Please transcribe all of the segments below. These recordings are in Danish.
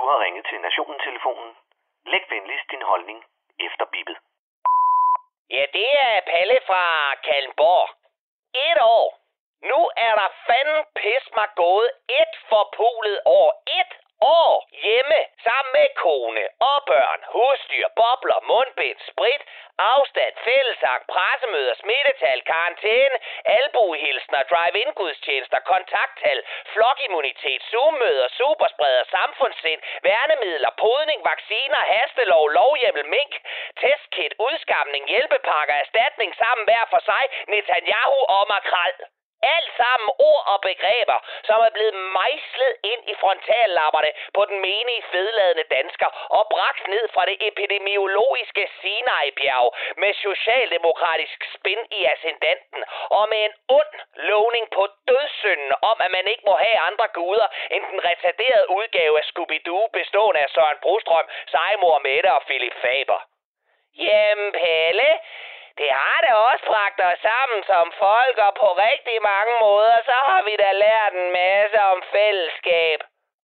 har ringet til Nationen-telefonen. Læg venligst din holdning efter bippet. Ja, det er Palle fra Kalmborg. 1 år. Nu er der fanden pis mig gået 1 forpulet år. 1 år hjemme sammen med kone og børn, husdyr, bobler, mundbind, sprit, afstand, fællesang, pressemøder, smittetal, karantæne, albuehilsner, drive-in gudstjenester, kontakttal, flokimmunitet, Zoom-møder, superspreder, samfundssind, værnemidler, podning, vacciner, hastelov, lovhjemmel, mink, testkit, udskamning, hjælpepakker, erstatning sammen hver for sig, Netanyahu og Makrel. Alt sammen ord og begreber, som er blevet mejslet ind i frontallapperne på den menige fedladende dansker og bragt ned fra det epidemiologiske Sinai-bjerg med socialdemokratisk spin i ascendanten og med en ond lovning på dødssynden om, at man ikke må have andre guder end den retarderede udgave af Scooby-Doo bestående af Søren Brostrøm, Sejmor Mette og Philip Faber. Jamen Pelle, det har da også bragt os sammen som folk, og på rigtig mange måder, så har vi da lært en masse om fællesskab.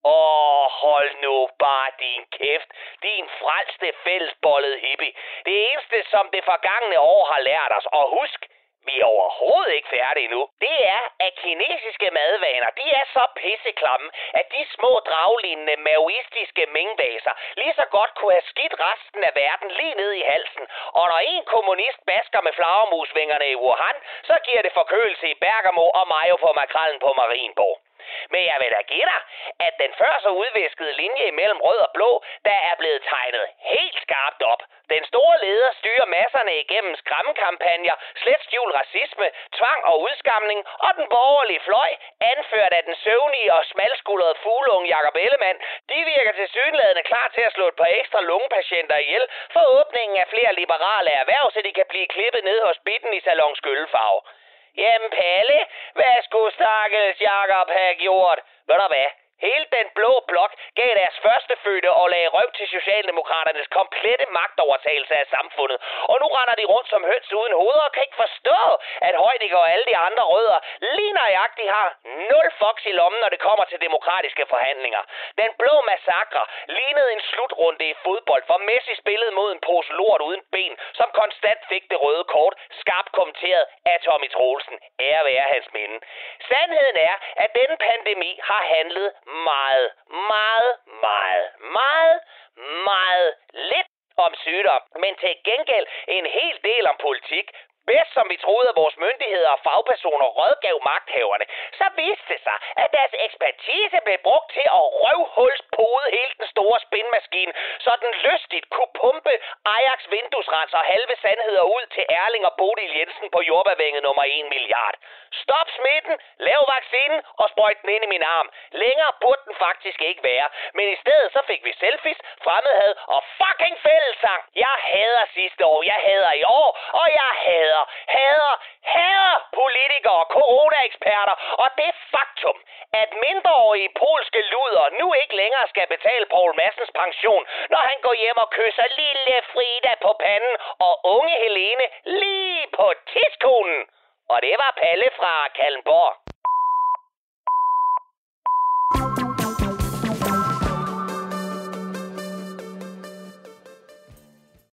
Hold nu bare din kæft, din frelste fællesbollede hippie. Det eneste, som det forgangne år har lært os, og husk, vi er overhovedet ikke færdige nu. Det er, at kinesiske madvaner, de er så pisseklamme, at de små draglignende maoistiske mingvaser lige så godt kunne have skidt resten af verden lige ned i halsen. Og når en kommunist basker med flagermusvingerne i Wuhan, så giver det forkølelse i Bergamo og mayo på makrellen på Marienborg. Men jeg vil da give dig, at den før så udviskede linje imellem rød og blå, der er blevet tegnet helt skarpt op. Den store leder styrer masserne igennem skræmmekampagner, slet skjult racisme, tvang og udskamning, og den borgerlige fløj, anført af den søvnige og smalskuldrede fugleunge Jakob Ellemann, de virker tilsyneladende klar til at slå et par ekstra lungepatienter ihjel for åbningen af flere liberale erhverv, så de kan blive klippet ned hos Bitten i salons gyldefarve. Jamen Palle, hvad skulle stakkels Jakob have gjort? Ved du hvad? Hele den blå blok gav deres førstefødte og lagde røv til Socialdemokraternes komplette magtovertagelse af samfundet. Og nu render de rundt som høns uden hoveder og kan ikke forstå, at Højniger og alle de andre rødder lige nøjagtigt har 0 fox i lommen, når det kommer til demokratiske forhandlinger. Den blå massakre lignede en slutrunde i fodbold, for Messi spillede mod en pose lort uden ben, som konstant fik det røde kort, skarpt kommenteret af Tommy Troelsen. Ære være hans minde. Sandheden er, at denne pandemi har handlet meget lidt om sygdom, men til gengæld en hel del om politik. Bedst som vi troede, at vores myndigheder og fagpersoner rådgav magthaverne, så viste det sig, at deres ekspertise blev brugt til at røvhulspode hele den store spinmaskine, så den lystigt kunne pumpe Ajax vinduesrens og halve sandheder ud til Erling og Bodil Jensen på jordbærvænget nummer 1 milliard. Stop smitten, lav vaccinen og sprøjt den ind i min arm. Længere burde den faktisk ikke være, men i stedet så fik vi selfies, fremmedhad og fucking fællessang. Jeg hader sidste år, jeg hader i år, og jeg hader politikere og coronaeksperter, og det faktum, at mindreårige polske luder nu ikke længere skal betale Poul Madsens pension, når han går hjem og kysser lille Frida på panden og unge Helene lige på tidskonen. Og det var Palle fra Kalmborg.